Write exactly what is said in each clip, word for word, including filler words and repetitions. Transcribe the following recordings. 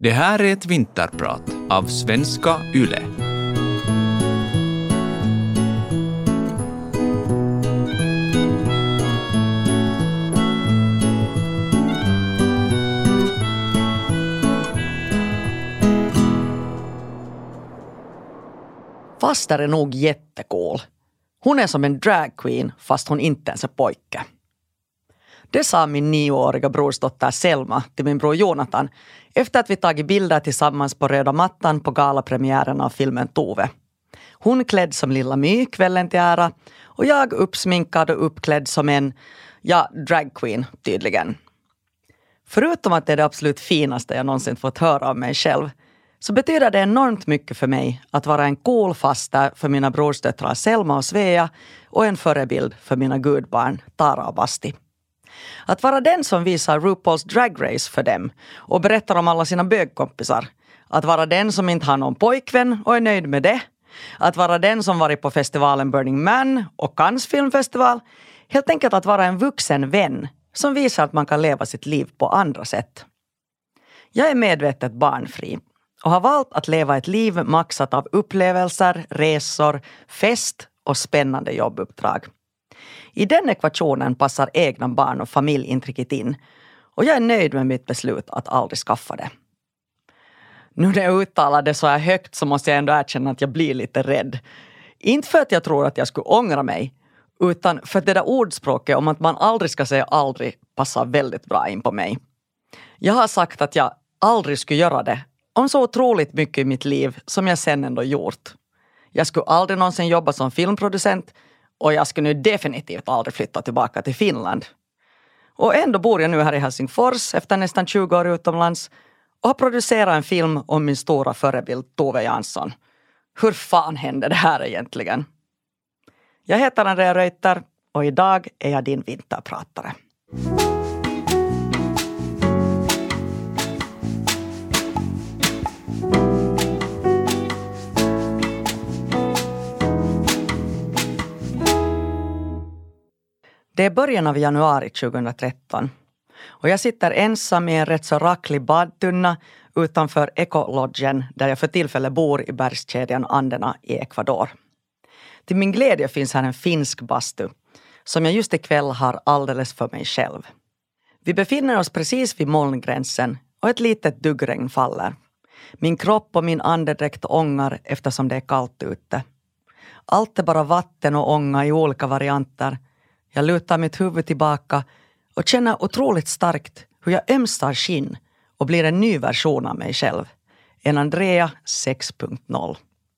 Det här är ett vinterprat av Svenska Yle. Faster är nog jättecool. Hon är som en dragqueen fast hon inte ens är pojke. Det sa min nioåriga brorsdotter Selma till min bror Jonathan efter att vi tagit bilder tillsammans på röda mattan på galapremiären av filmen Tove. Hon klädd som Lilla My kvällen till ära och jag uppsminkad och uppklädd som en, ja, dragqueen tydligen. Förutom att det är det absolut finaste jag någonsin fått höra av mig själv så betyder det enormt mycket för mig att vara en cool faster för mina brorsdöttrar Selma och Svea och en förebild för mina gudbarn Tara och Basti. Att vara den som visar RuPaul's Drag Race för dem och berättar om alla sina bögkompisar. Att vara den som inte har någon pojkvän och är nöjd med det. Att vara den som varit på festivalen Burning Man och Cannes filmfestival. Helt enkelt att vara en vuxen vän som visar att man kan leva sitt liv på andra sätt. Jag är medvetet barnfri och har valt att leva ett liv maxat av upplevelser, resor, fest och spännande jobbuppdrag. I den ekvationen passar egna barn och familj inte riktigt in och jag är nöjd med mitt beslut att aldrig skaffa det. Nu när jag uttalar det så här högt så måste jag ändå erkänna att jag blir lite rädd. Inte för att jag tror att jag skulle ångra mig utan för att det där ordspråket om att man aldrig ska säga aldrig passar väldigt bra in på mig. Jag har sagt att jag aldrig skulle göra det om så otroligt mycket i mitt liv som jag sen ändå gjort. Jag skulle aldrig någonsin jobba som filmproducent och jag skulle nu definitivt aldrig flytta tillbaka till Finland. Och ändå bor jag nu här i Helsingfors efter nästan tjugo år utomlands och har producerat en film om min stora förebild Tove Jansson. Hur fan hände det här egentligen? Jag heter Andrea Reuter och idag är jag din vinterpratare. Det är början av januari tjugohundratretton och jag sitter ensam i en rätt så racklig badtunna utanför Ecolodgen där jag för tillfället bor i bergskedjan Anderna i Ecuador. Till min glädje finns här en finsk bastu som jag just ikväll har alldeles för mig själv. Vi befinner oss precis vid molngränsen och ett litet duggregn faller. Min kropp och min andedräkt ångar eftersom det är kallt ute. Allt är bara vatten och ånga i olika varianter. Jag lutar mitt huvud tillbaka och känner otroligt starkt hur jag ömstar skinn och blir en ny version av mig själv. En Andrea sex punkt noll.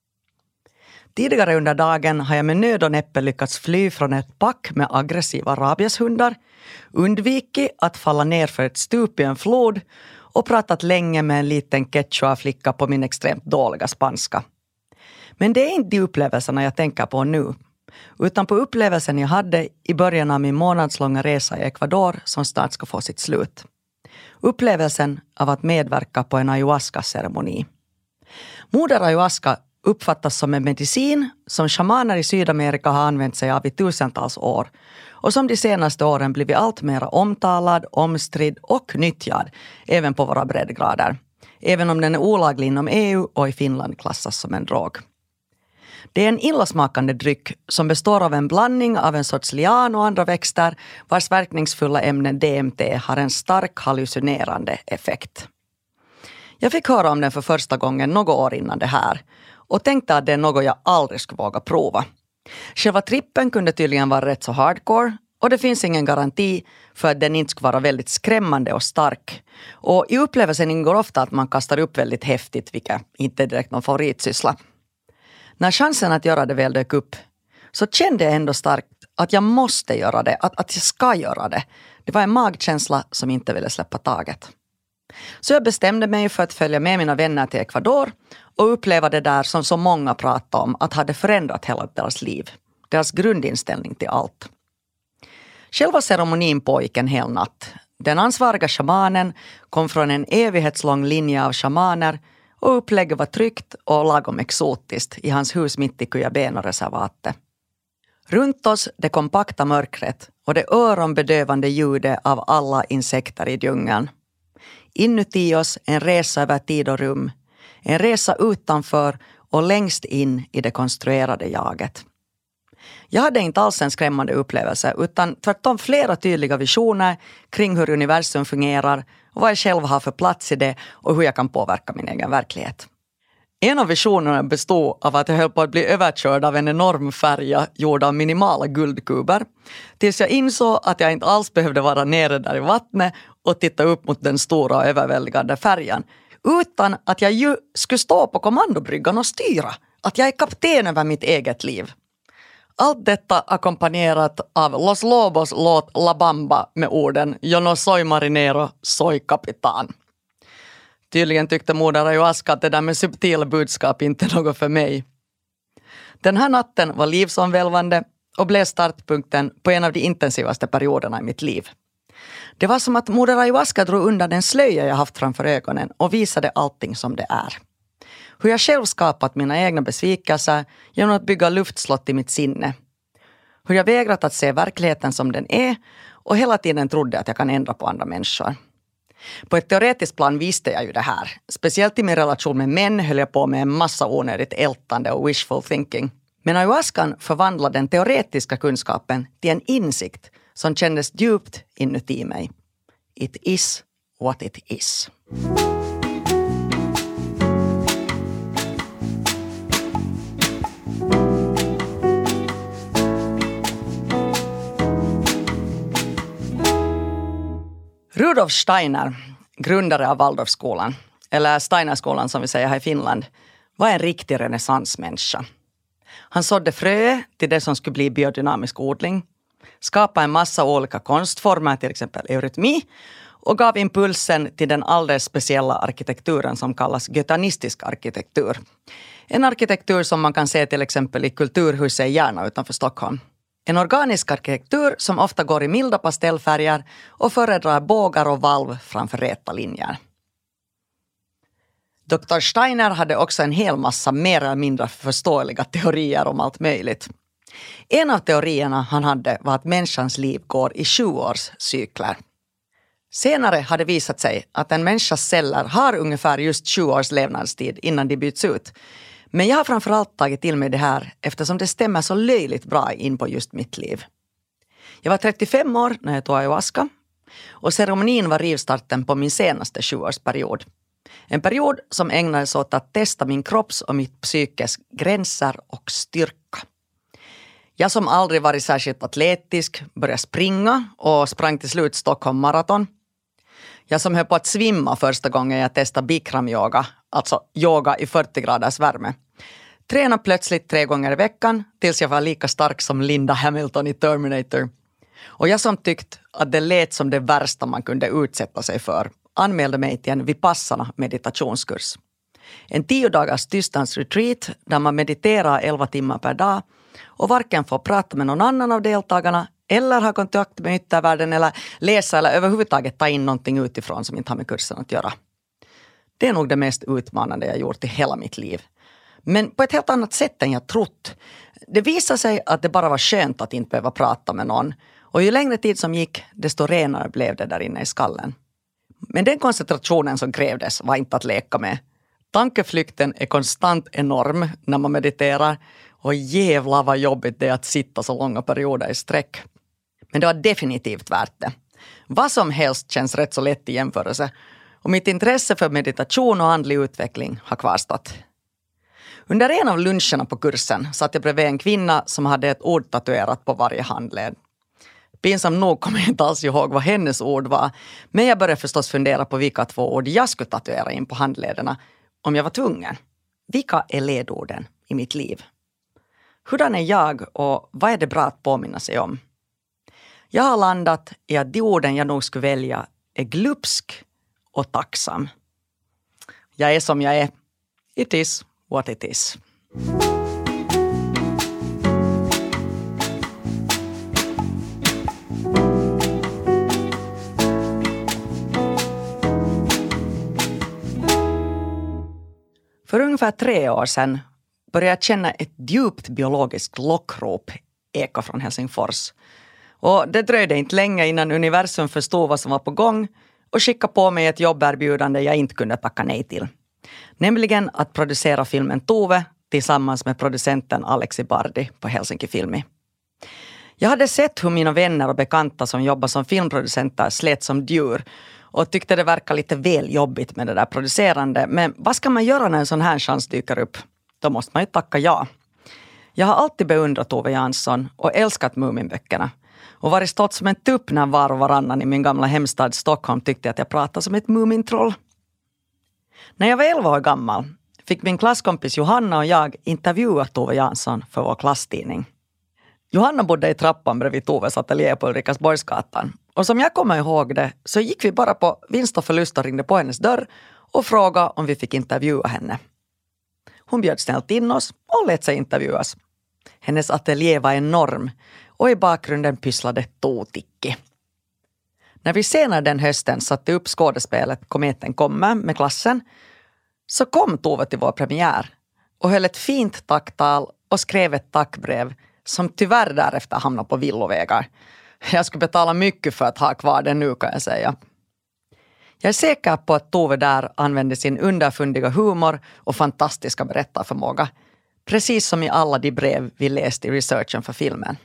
Tidigare under dagen har jag med nöd och näppe lyckats fly från ett pack med aggressiva rabieshundar, undvikit att falla ner för ett stup i en flod och pratat länge med en liten quechua-flicka på min extremt dåliga spanska. Men det är inte de upplevelserna jag tänker på nu. Utan på upplevelsen jag hade i början av min månadslånga resa i Ecuador som snart ska få sitt slut. Upplevelsen av att medverka på en ayahuasca-ceremoni. Moder ayahuasca uppfattas som en medicin som shamaner i Sydamerika har använt sig av i tusentals år och som de senaste åren blivit allt mer omtalad, omstridd och nyttjad även på våra breddgrader. Även om den är olaglig inom E U och i Finland klassas som en drog. Det är en illasmakande dryck som består av en blandning av en sorts lian och andra växter vars verkningsfulla ämne D M T har en stark hallucinerande effekt. Jag fick höra om den för första gången några år innan det här och tänkte att det är något jag aldrig skulle våga prova. Själva trippen kunde tydligen vara rätt så hardcore och det finns ingen garanti för att den inte skulle vara väldigt skrämmande och stark. Och i upplevelsen ingår ofta att man kastar upp väldigt häftigt, vilket inte är direkt någon favoritsyssla. När chansen att göra det väl dök upp så kände jag ändå starkt att jag måste göra det, att, att jag ska göra det. Det var en magkänsla som inte ville släppa taget. Så jag bestämde mig för att följa med mina vänner till Ecuador och uppleva det där som så många pratade om att hade förändrat hela deras liv. Deras grundinställning till allt. Själva ceremonin pågick en hel natt. Den ansvariga shamanen kom från en evighetslång linje av shamaner och upplägget var tryggt och lagom exotiskt i hans hus mitt i Cuyabeno-reservatet. Runt oss det kompakta mörkret och det öronbedövande ljudet av alla insekter i djungeln. Inuti oss en resa över tid och rum. En resa utanför och längst in i det konstruerade jaget. Jag hade inte alls en skrämmande upplevelse utan tvärtom flera tydliga visioner kring hur universum fungerar och vad jag själv har för plats i det och hur jag kan påverka min egen verklighet. En av visionerna bestod av att jag höll på att bli överkörd av en enorm färja gjord av minimala guldkuber tills jag insåg att jag inte alls behövde vara nere där i vattnet och titta upp mot den stora och överväldigande färjan utan att jag ju skulle stå på kommandobryggan och styra, att jag är kapten över mitt eget liv. Allt detta ackompanjerat av Los Lobos låt La Bamba med orden Yo no soy marinero, soy kapitan. Tydligen tyckte moder ayahuasca att det där med subtila budskap inte är något för mig. Den här natten var livsomvälvande och blev startpunkten på en av de intensivaste perioderna i mitt liv. Det var som att moder ayahuasca drog undan den slöja jag haft framför ögonen och visade allting som det är. Hur jag själv skapat mina egna besvikelser genom att bygga luftslott i mitt sinne. Hur jag vägrat att se verkligheten som den är och hela tiden trodde att jag kan ändra på andra människor. På ett teoretiskt plan visste jag ju det här. Speciellt i min relation med män höll jag på med en massa onödigt ältande och wishful thinking. Men ayahuascan förvandlade den teoretiska kunskapen till en insikt som kändes djupt inuti mig. It is what it is. Rudolf Steiner, grundare av Waldorfskolan, eller Steinerskolan som vi säger här i Finland, var en riktig renässansmänniska. Han sådde frö till det som skulle bli biodynamisk odling, skapade en massa olika konstformer, till exempel eurytmi, och gav impulsen till den alldeles speciella arkitekturen som kallas götanistisk arkitektur. En arkitektur som man kan se till exempel i Kulturhuset i Järna utanför Stockholm. En organisk arkitektur som ofta går i milda pastellfärger och föredrar bågar och valv framför räta linjer. doktor Steiner hade också en hel massa mer eller mindre förståeliga teorier om allt möjligt. En av teorierna han hade var att människans liv går i sjuårscykler. Senare hade visat sig att en människas celler har ungefär just sju års levnadstid innan de byts ut. Men jag har framförallt tagit till mig det här eftersom det stämmer så löjligt bra in på just mitt liv. Jag var trettiofem år när jag tog ayahuasca och ceremonin var rivstarten på min senaste sjuårsperiod. En period som ägnades åt att testa min kropps och mitt psykes gränser och styrka. Jag som aldrig varit särskilt atletisk började springa och sprang till slut Stockholm maraton. Jag som höll på att svimma första gången jag testade Bikram yoga, alltså yoga i fyrtio graders värme. Träna plötsligt tre gånger i veckan tills jag var lika stark som Linda Hamilton i Terminator. Och jag som tyckte att det lät som det värsta man kunde utsätta sig för anmälde mig till en Vipassana meditationskurs. En tio dagars tystnadsretreat där man mediterar elva timmar per dag och varken får prata med någon annan av deltagarna eller ha kontakt med yttervärlden eller läsa eller överhuvudtaget ta in någonting utifrån som inte har med kursen att göra. Det är nog det mest utmanande jag gjort i hela mitt liv. Men på ett helt annat sätt än jag trott. Det visade sig att det bara var skönt att inte behöva prata med någon. Och ju längre tid som gick, desto renare blev det där inne i skallen. Men den koncentrationen som krävdes var inte att leka med. Tankeflykten är konstant enorm när man mediterar. Och jävlar vad jobbigt det är att sitta så långa perioder i sträck. Men det var definitivt värt det. Vad som helst känns rätt så lätt i jämförelse. Och mitt intresse för meditation och andlig utveckling har kvarstått. Under en av luncherna på kursen satt jag bredvid en kvinna som hade ett ord tatuerat på varje handled. Pinsam nog kommer jag inte alls ihåg vad hennes ord var. Men jag började förstås fundera på vilka två ord jag skulle tatuera in på handlederna om jag var tvungen. Vilka är ledorden i mitt liv? Hurdan är jag och vad är det bra att påminna sig om? Jag har landat i att de orden jag nog skulle välja är glupsk och tacksam. Jag är som jag är. It is what it is. För ungefär tre år sedan började jag känna ett djupt biologiskt lockrop eka från Helsingfors. Och det dröjde inte länge innan universum förstod vad som var på gång och skickade på mig ett jobberbjudande jag inte kunde tacka nej till. Nämligen att producera filmen Tove tillsammans med producenten Alexi Bardi på Helsinki Filmi. Jag hade sett hur mina vänner och bekanta som jobbar som filmproducenter slet som djur och tyckte det verkar lite väl jobbigt med det där producerande. Men vad ska man göra när en sån här chans dyker upp? Då måste man ju tacka ja. Jag har alltid beundrat Tove Jansson och älskat Muminböckerna. Och varit stått som en tupp när var och varannan i min gamla hemstad Stockholm tyckte att jag pratade som ett mumintroll. När jag var elva år gammal fick min klasskompis Johanna och jag intervjua Tove Jansson för vår klasstidning. Johanna bodde i trappan bredvid Toves ateljé på Ulrikasborgsgatan. Och som jag kommer ihåg det så gick vi bara på vinst och förlust och ringde på hennes dörr och frågade om vi fick intervjua henne. Hon bjöd snällt in oss och lät sig intervjuas. Hennes ateljé var enorm och i bakgrunden pysslade Totikki. När vi senare den hösten satte upp skådespelet Kometen kommer med klassen så kom Tove till vår premiär och höll ett fint tacktal och skrev ett tackbrev som tyvärr därefter hamnade på villovägar. Jag skulle betala mycket för att ha kvar den nu, kan jag säga. Jag är säker på att Tove där använde sin underfundiga humor och fantastiska berättarförmåga. Precis som i alla de brev vi läste i researchen för filmen.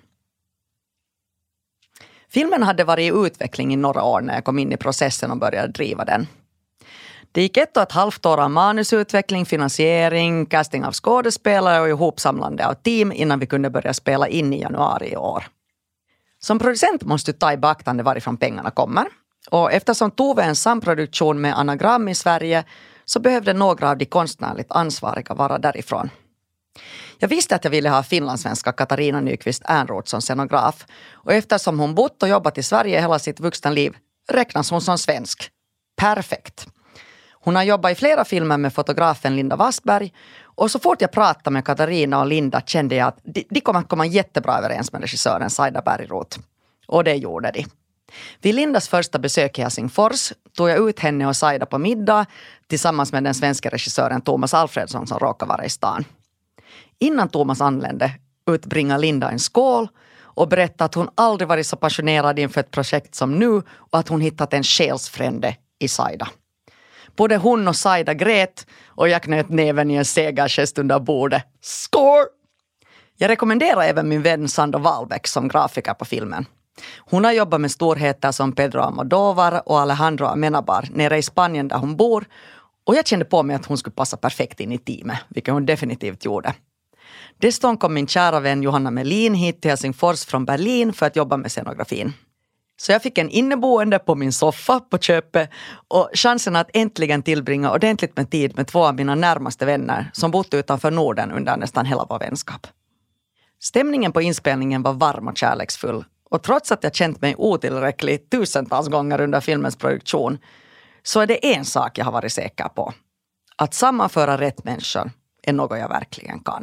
Filmen hade varit i utveckling i några år när jag kom in i processen och började driva den. Det gick ett och ett halvt år av manusutveckling, finansiering, casting av skådespelare och ihopsamlande av team innan vi kunde börja spela in i januari i år. Som producent måste du ta i beaktande varifrån pengarna kommer. Och eftersom Tove är en samproduktion med Anagram i Sverige så behövde några av de konstnärligt ansvariga vara därifrån. Jag visste att jag ville ha finlandssvenska Katarina Nyqvist Ernroth som scenograf. Och eftersom hon bott och jobbat i Sverige hela sitt vuxna liv räknas hon som svensk. Perfekt. Hon har jobbat i flera filmer med fotografen Linda Wassberg. Och så fort jag pratade med Katarina och Linda kände jag att de, de kommer att komma jättebra överens med regissören Saida Bergroth. Och det gjorde de. Vid Lindas första besök i Helsingfors tog jag ut henne och Saida på middag tillsammans med den svenska regissören Thomas Alfredsson som råkar vara i stan. Innan Thomas anlände utbringade Linda en skål och berättade att hon aldrig varit så passionerad inför ett projekt som nu och att hon hittat en själsfrände i Saida. Både hon och Saida grät och jag knöt näven i en segergest under bordet. Score! Jag rekommenderar även min vän Sandra Wahlbeck som grafiker på filmen. Hon har jobbat med storheter som Pedro Almodovar och Alejandro Amenabar nere i Spanien där hon bor. Och jag kände på mig att hon skulle passa perfekt in i teamet, vilket hon definitivt gjorde. Dessutom kom min kära vän Johanna Melin hit till Helsingfors från Berlin för att jobba med scenografin. Så jag fick en inneboende på min soffa på köpet och chansen att äntligen tillbringa ordentligt med tid med två av mina närmaste vänner som bott utanför Norden under nästan hela vår vänskap. Stämningen på inspelningen var varm och kärleksfull och trots att jag känt mig otillräcklig tusentals gånger under filmens produktion så är det en sak jag har varit säker på. Att sammanföra rätt människor är något jag verkligen kan.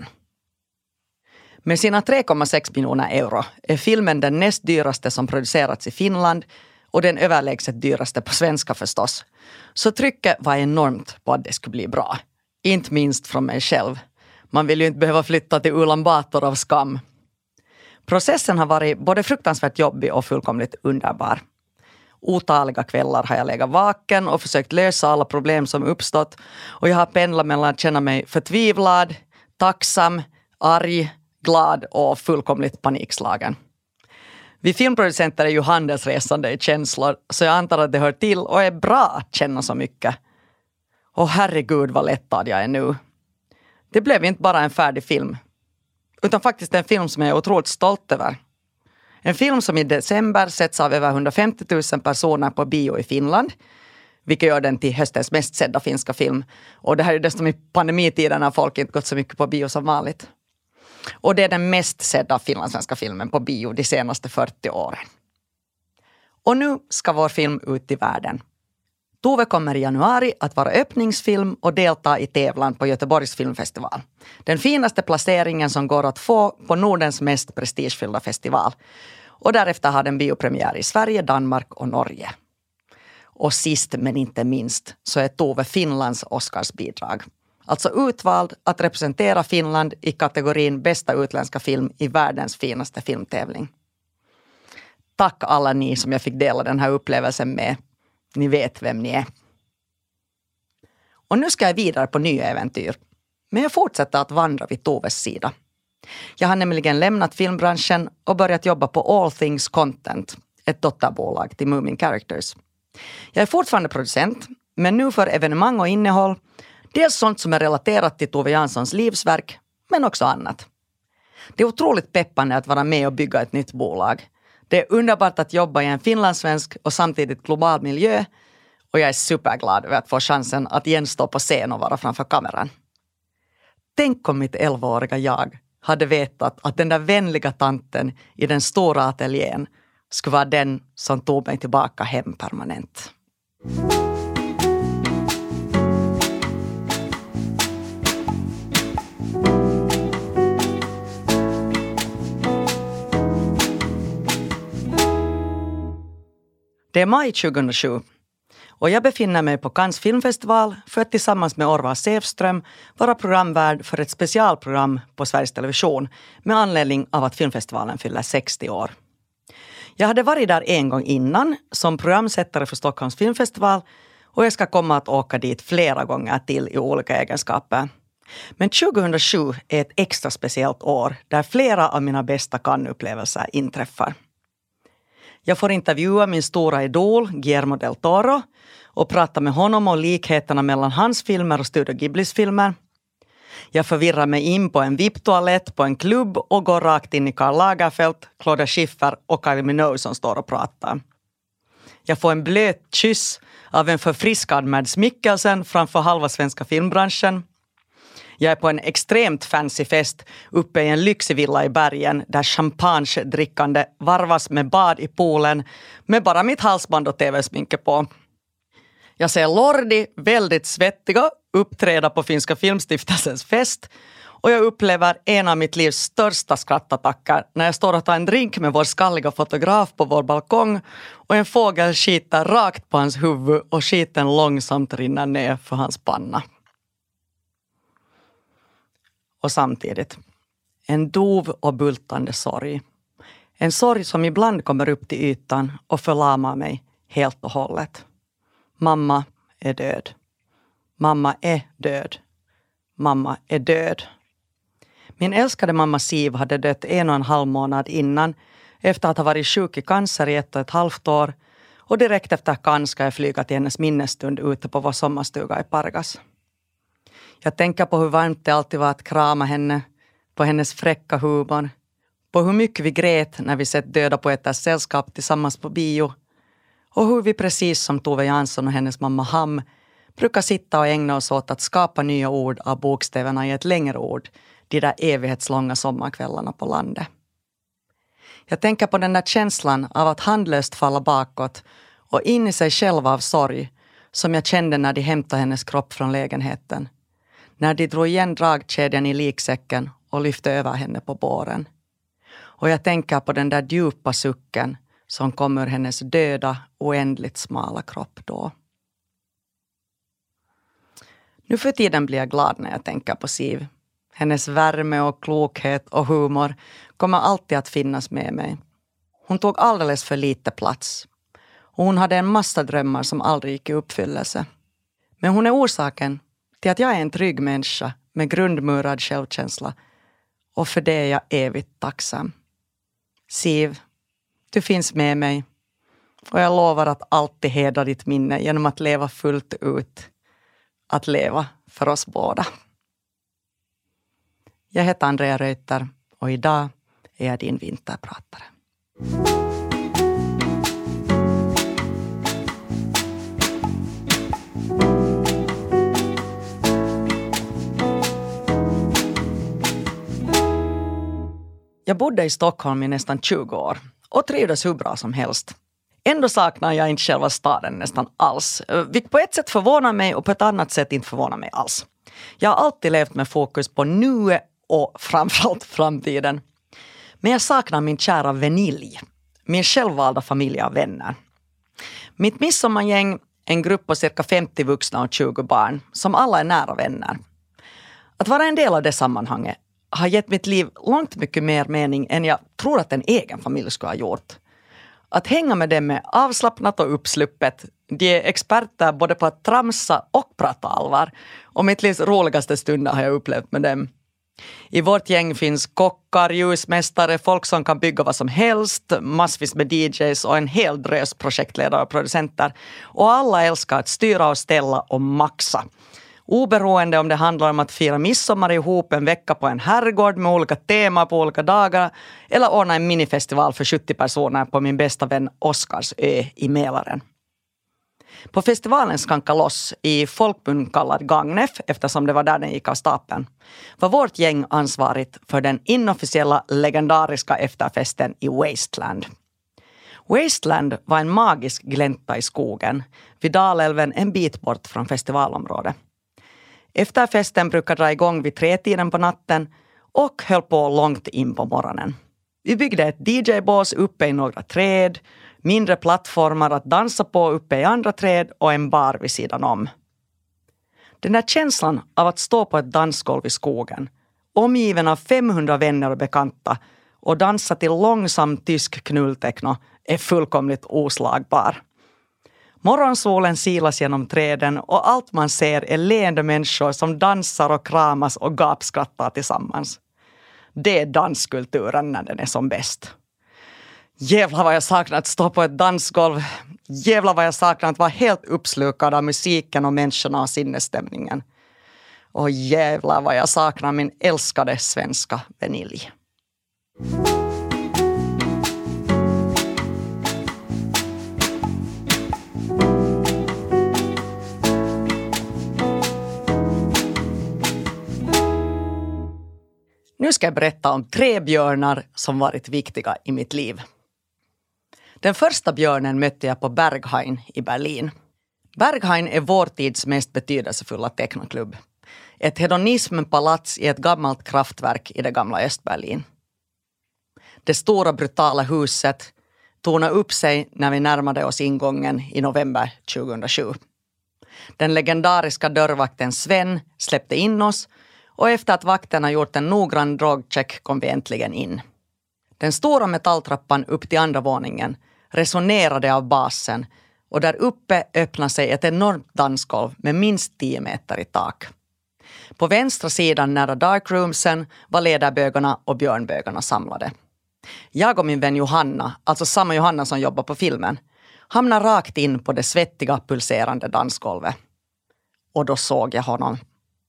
Med sina tre komma sex miljoner euro är filmen den näst dyraste som producerats i Finland och den överlägset dyraste på svenska förstås. Så trycket var enormt på att det skulle bli bra. Inte minst från mig själv. Man vill ju inte behöva flytta till Ulan Bator av skam. Processen har varit både fruktansvärt jobbig och fullkomligt underbar. Otaliga kvällar har jag legat vaken och försökt lösa alla problem som uppstått. Och jag har pendlat mellan att känna mig förtvivlad, tacksam, arg, glad och fullkomligt panikslagen. Vi filmproducenter är ju handelsresande i känslor så jag antar att det hör till och är bra att känna så mycket. Och herregud vad lättad jag är nu. Det blev inte bara en färdig film utan faktiskt en film som jag är otroligt stolt över. En film som i december sätts av över hundrafemtio tusen personer på bio i Finland. Vilket gör den till höstens mest sedda finska film. Och det här är dessutom i pandemitiden när folk inte gått så mycket på bio som vanligt. Och det är den mest sedda finlandssvenska filmen på bio de senaste fyrtio åren. Och nu ska vår film ut i världen. Tove kommer i januari att vara öppningsfilm och delta i tävlan på Göteborgs filmfestival. Den finaste placeringen som går att få på Nordens mest prestigefyllda festival. Och därefter har den biopremiär i Sverige, Danmark och Norge. Och sist men inte minst så är Tove Finlands Oscarsbidrag. Alltså utvald att representera Finland i kategorin bästa utländska film i världens finaste filmtävling. Tack alla ni som jag fick dela den här upplevelsen med. Ni vet vem ni är. Och nu ska jag vidare på nya äventyr. Men jag fortsätter att vandra vid Toves sida. Jag har nämligen lämnat filmbranschen och börjat jobba på All Things Content, ett dotterbolag till Moomin Characters. Jag är fortfarande producent, men nu för evenemang och innehåll, dels sånt som är relaterat till Tove Janssons livsverk, men också annat. Det är otroligt peppande att vara med och bygga ett nytt bolag. Det är underbart att jobba i en finlandssvensk och samtidigt global miljö, och jag är superglad över att få chansen att igen stå på scen och vara framför kameran. Tänk om mitt elvaåriga jag hade vetat att den där vänliga tanten i den stora ateljén skulle vara den som tog mig tillbaka hem permanent. Det är maj tjugohundrasju och jag befinner mig på Cannes filmfestival för att tillsammans med Orvar Sävström vara programvärd för ett specialprogram på Sveriges Television med anledning av att filmfestivalen fyller sextio år. Jag hade varit där en gång innan som programsättare för Stockholms filmfestival och jag ska komma att åka dit flera gånger till i olika egenskaper. Men tjugohundrasju är ett extra speciellt år där flera av mina bästa Cannes-upplevelser inträffar. Jag får intervjua min stora idol Guillermo del Toro och prata med honom om likheterna mellan hans filmer och Studio Ghiblis filmer. Jag förvirrar mig in på en V I P-toalett på en klubb och går rakt in i Karl Lagerfeld, Claudia Schiffer och Kylie Minogue som står och pratar. Jag får en blöt kyss av en förfriskad Mads Mikkelsen framför halva svenska filmbranschen. Jag är på en extremt fancy fest uppe i en lyxig villa i bergen där champagne-drickande varvas med bad i poolen med bara mitt halsband och tv-sminke på. Jag ser Lordi, väldigt svettiga, uppträda på Finska Filmstiftelsens fest och jag upplever en av mitt livs största skrattattacker när jag står och tar en drink med vår skalliga fotograf på vår balkong och en fågel skiter rakt på hans huvud och skiten långsamt rinner ner för hans panna. Och samtidigt, en dov och bultande sorg. En sorg som ibland kommer upp till ytan och förlamar mig helt och hållet. Mamma är död. Mamma är död. Mamma är död. Min älskade mamma Siv hade dött en och en halv månad innan efter att ha varit sjuk i cancer i ett och ett halvt år och direkt efter Cannes ska jag flyga till hennes minnesstund ute på vår sommarstuga i Pargas. Jag tänker på hur varmt det alltid var att krama henne, på hennes fräcka humor, på hur mycket vi grät när vi sett Döda poeters sällskap tillsammans på bio och hur vi precis som Tove Jansson och hennes mamma Ham brukar sitta och ägna oss åt att skapa nya ord av bokstäverna i ett längre ord, de där evighetslånga sommarkvällarna på landet. Jag tänker på den där känslan av att handlöst falla bakåt och in i sig själv av sorg som jag kände när de hämtade hennes kropp från lägenheten. När de drog igen dragkedjan i liksäcken och lyfte över henne på båren. Och jag tänker på den där djupa sucken som kom ur hennes döda, oändligt smala kropp då. Nu för tiden blir jag glad när jag tänker på Siv. Hennes värme och klokhet och humor kommer alltid att finnas med mig. Hon tog alldeles för lite plats. Och hon hade en massa drömmar som aldrig gick i uppfyllelse. Men hon är orsaken till att jag är en trygg människa med grundmurad självkänsla. Och för det är jag evigt tacksam. Siv, du finns med mig. Och jag lovar att alltid hedra ditt minne genom att leva fullt ut. Att leva för oss båda. Jag heter Andrea Reuter och idag är jag din vinterpratare. Jag bodde i Stockholm i nästan tjugo år och trivdes hur bra som helst. Ändå saknar jag inte själva staden nästan alls. Vilket på ett sätt förvånar mig och på ett annat sätt inte förvånar mig alls. Jag har alltid levt med fokus på nuet och framförallt framtiden. Men jag saknar min kära vanilj. Min självvalda familj av vänner. Mitt midsommargäng, en grupp på cirka femtio vuxna och tjugo barn, som alla är nära vänner. Att vara en del av det sammanhanget har gett mitt liv långt mycket mer mening än jag tror att en egen familj skulle ha gjort. Att hänga med dem är avslappnat och uppsluppet. De är experter både på att tramsa och prata allvar. Och mitt livs roligaste stunder har jag upplevt med dem. I vårt gäng finns kockar, ljusmästare, folk som kan bygga vad som helst, massvis med D Js och en hel drös projektledare och producenter. Och alla älskar att styra och ställa och maxa. Oberoende om det handlar om att fira midsommar ihop en vecka på en herrgård med olika teman på olika dagar eller ordna en minifestival för sjuttio personer på min bästa vän Oskars ö i Mälaren. På festivalen Skanka loss, i folkmun kallad Gagnef eftersom det var där den gick av stapeln, var vårt gäng ansvarigt för den inofficiella legendariska efterfesten i Wasteland. Wasteland var en magisk glänta i skogen vid Dalälven en bit bort från festivalområdet. Efterfesten brukade dra igång vid tretiden på natten och höll på långt in på morgonen. Vi byggde ett D J-bås uppe i några träd, mindre plattformar att dansa på uppe i andra träd och en bar vid sidan om. Den där känslan av att stå på ett dansgolv i skogen, omgiven av femhundra vänner och bekanta och dansa till långsam tysk knulltekno är fullkomligt oslagbar. Morgonsolen silas genom träden och allt man ser är leende människor som dansar och kramas och gapskrattar tillsammans. Det är danskulturen när den är som bäst. Jävlar vad jag saknar att stå på ett dansgolv. Jävlar vad jag saknar att vara helt uppslukad av musiken och människorna och sinnesstämningen. Och jävlar vad jag saknar min älskade svenska vanilj. Nu ska jag berätta om tre björnar som varit viktiga i mitt liv. Den första björnen mötte jag på Berghain i Berlin. Berghain är vår tids mest betydelsefulla technoklubb. Ett hedonismpalats i ett gammalt kraftverk i det gamla Östberlin. Det stora brutala huset tornade upp sig när vi närmade oss ingången i november tjugohundrasju. Den legendariska dörrvakten Sven släppte in oss och efter att vakterna gjort en noggrann drogcheck kom vi äntligen in. Den stora metalltrappan upp till andra våningen resonerade av basen och där uppe öppnade sig ett enormt dansgolv med minst tio meter i tak. På vänstra sidan nära darkroomsen var ledarbögarna och björnbögarna samlade. Jag och min vän Johanna, alltså samma Johanna som jobbar på filmen, hamnade rakt in på det svettiga pulserande dansgolvet. Och då såg jag honom.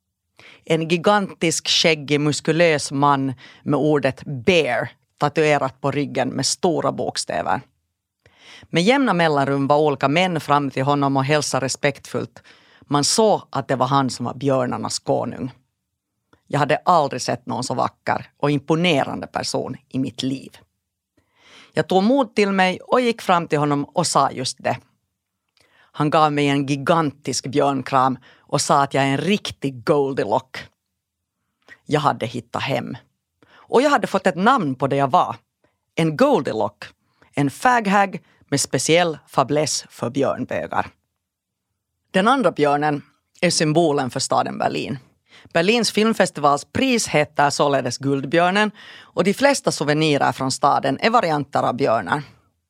En gigantisk, skäggig, muskulös man med ordet bear tatuerat på ryggen med stora bokstäver. Med jämna mellanrum var olika män fram till honom och hälsade respektfullt. Man såg att det var han som var björnarnas konung. Jag hade aldrig sett någon så vacker och imponerande person i mitt liv. Jag tog mod till mig och gick fram till honom och sa just det. Han gav mig en gigantisk björnkram och sa att jag är en riktig Goldilocks. Jag hade hittat hem. Och jag hade fått ett namn på det jag var. En Goldilocks. En faghag med speciell fäbless för björnbögar. Den andra björnen är symbolen för staden Berlin. Berlins filmfestivals pris heter således Guldbjörnen och de flesta souvenirer från staden är varianter av björnar.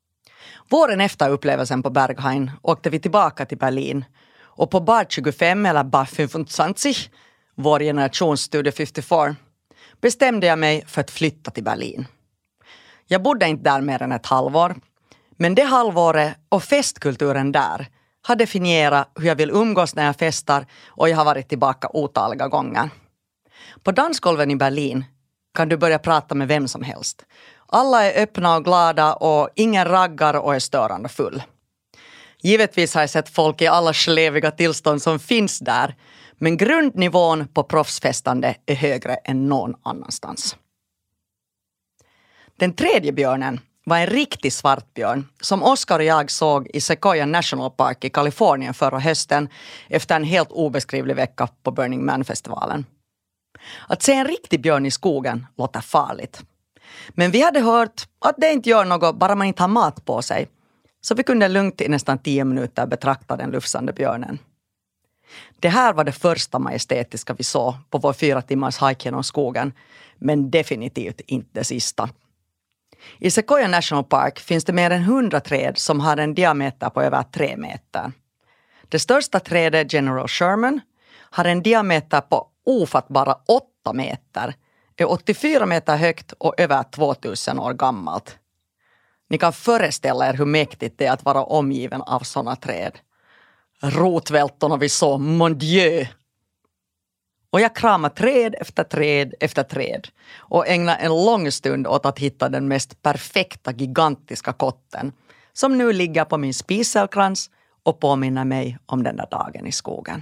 Våren efter upplevelsen på Berghain åkte vi tillbaka till Berlin och på bar tjugofem eller bar femtiofem, vår generations Studio femtiofyra, bestämde jag mig för att flytta till Berlin. Jag bodde inte där mer än ett halvår, men det halvåret och festkulturen där har definierat hur jag vill umgås när jag festar och jag har varit tillbaka otaliga gånger. På dansgolven i Berlin kan du börja prata med vem som helst. Alla är öppna och glada och ingen raggar och är störande full. Givetvis har jag sett folk i alla sleviga tillstånd som finns där, men grundnivån på proffsfestande är högre än någon annanstans. Den tredje björnen var en riktig svartbjörn som Oskar och jag såg i Sequoia National Park i Kalifornien förra hösten efter en helt obeskrivlig vecka på Burning Man-festivalen. Att se en riktig björn i skogen låter farligt. Men vi hade hört att det inte gör något bara man inte har mat på sig. Så vi kunde lugnt i nästan tio minuter betrakta den lufsande björnen. Det här var det första majestätiska vi såg på vår fyra timmars hike genom skogen. Men definitivt inte det sista. I Sequoia National Park finns det mer än hundra träd som har en diameter på över tre meter. Det största trädet, General Sherman, har en diameter på ofattbara åtta meter, är åttiofyra meter högt och över tvåtusen år gammalt. Ni kan föreställa er hur mäktigt det är att vara omgiven av sådana träd. Rotvältorna vi så, mon dieu! Och jag kramar träd efter träd efter träd och ägnar en lång stund åt att hitta den mest perfekta gigantiska kotten som nu ligger på min spiselkrans och påminner mig om den där dagen i skogen.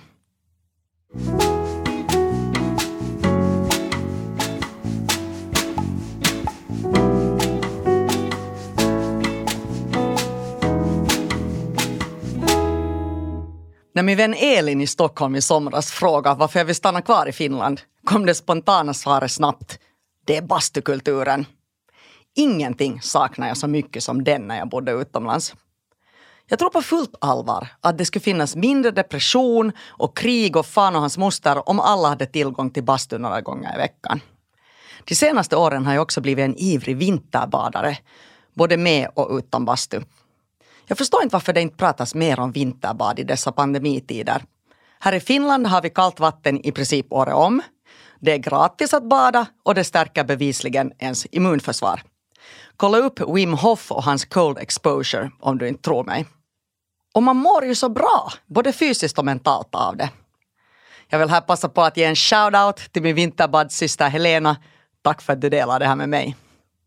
När min vän Elin i Stockholm i somras frågade varför jag vill stanna kvar i Finland kom det spontana svaret snabbt. Det är bastukulturen. Ingenting saknar jag så mycket som den när jag bodde utomlands. Jag tror på fullt allvar att det skulle finnas mindre depression och krig och fan och hans moster om alla hade tillgång till bastu några gånger i veckan. De senaste åren har jag också blivit en ivrig vinterbadare, både med och utan bastu. Jag förstår inte varför det inte pratas mer om vinterbad i dessa pandemitider. Här i Finland har vi kallt vatten i princip året om. Det är gratis att bada och det stärker bevisligen ens immunförsvar. Kolla upp Wim Hof och hans cold exposure om du inte tror mig. Och man mår ju så bra, både fysiskt och mentalt av det. Jag vill här passa på att ge en shoutout till min vinterbadssyster Helena. Tack för att du delar det här med mig.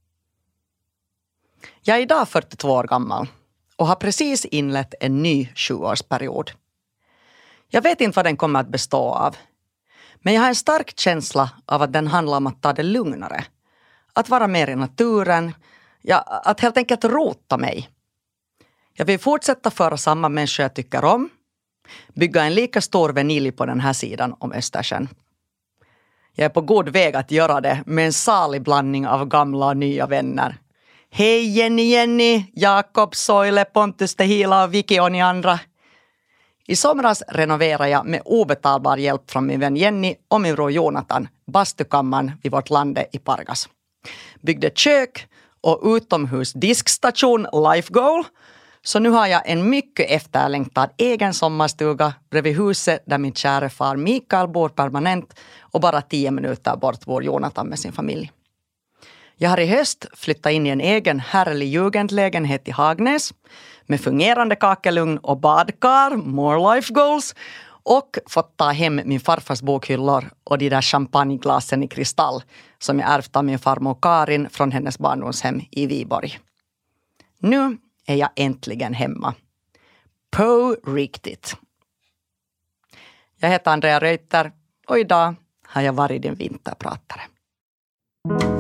Jag är idag fyrtiotvå år gammal och har precis inlett en ny sjuårsperiod. Jag vet inte vad den kommer att bestå av. Men jag har en stark känsla av att den handlar om att ta det lugnare. Att vara mer i naturen. Ja, att helt enkelt rota mig. Jag vill fortsätta föra samma människor jag tycker om. Bygga en lika stor vanilj på den här sidan om Östersjön. Jag är på god väg att göra det med en salig blandning av gamla och nya vänner. Hej Jenny Jenny, Jakob, Soile, Pontus, Tehila och Vicky och ni andra. I somras renoverade jag med obetalbar hjälp från min vän Jenny och min bror Jonathan bastukammaren vid vårt lande i Pargas. Byggde kök och utomhus diskstation Life Goal. Så nu har jag en mycket efterlängtad egen sommarstuga bredvid huset där min kära far Mikael bor permanent och bara tio minuter bort bor Jonathan med sin familj. Jag har i höst flyttat in i en egen härlig jugendlägenhet i Hagnäs med fungerande kakelugn och badkar, more life goals, och fått ta hem min farfars bokhyllor och de där champagneglasen i kristall som jag ärvt av min farmor Karin från hennes barndomshem i Viborg. Nu är jag äntligen hemma. På riktigt. Jag heter Andrea Reuter och idag har jag varit din vinterpratare.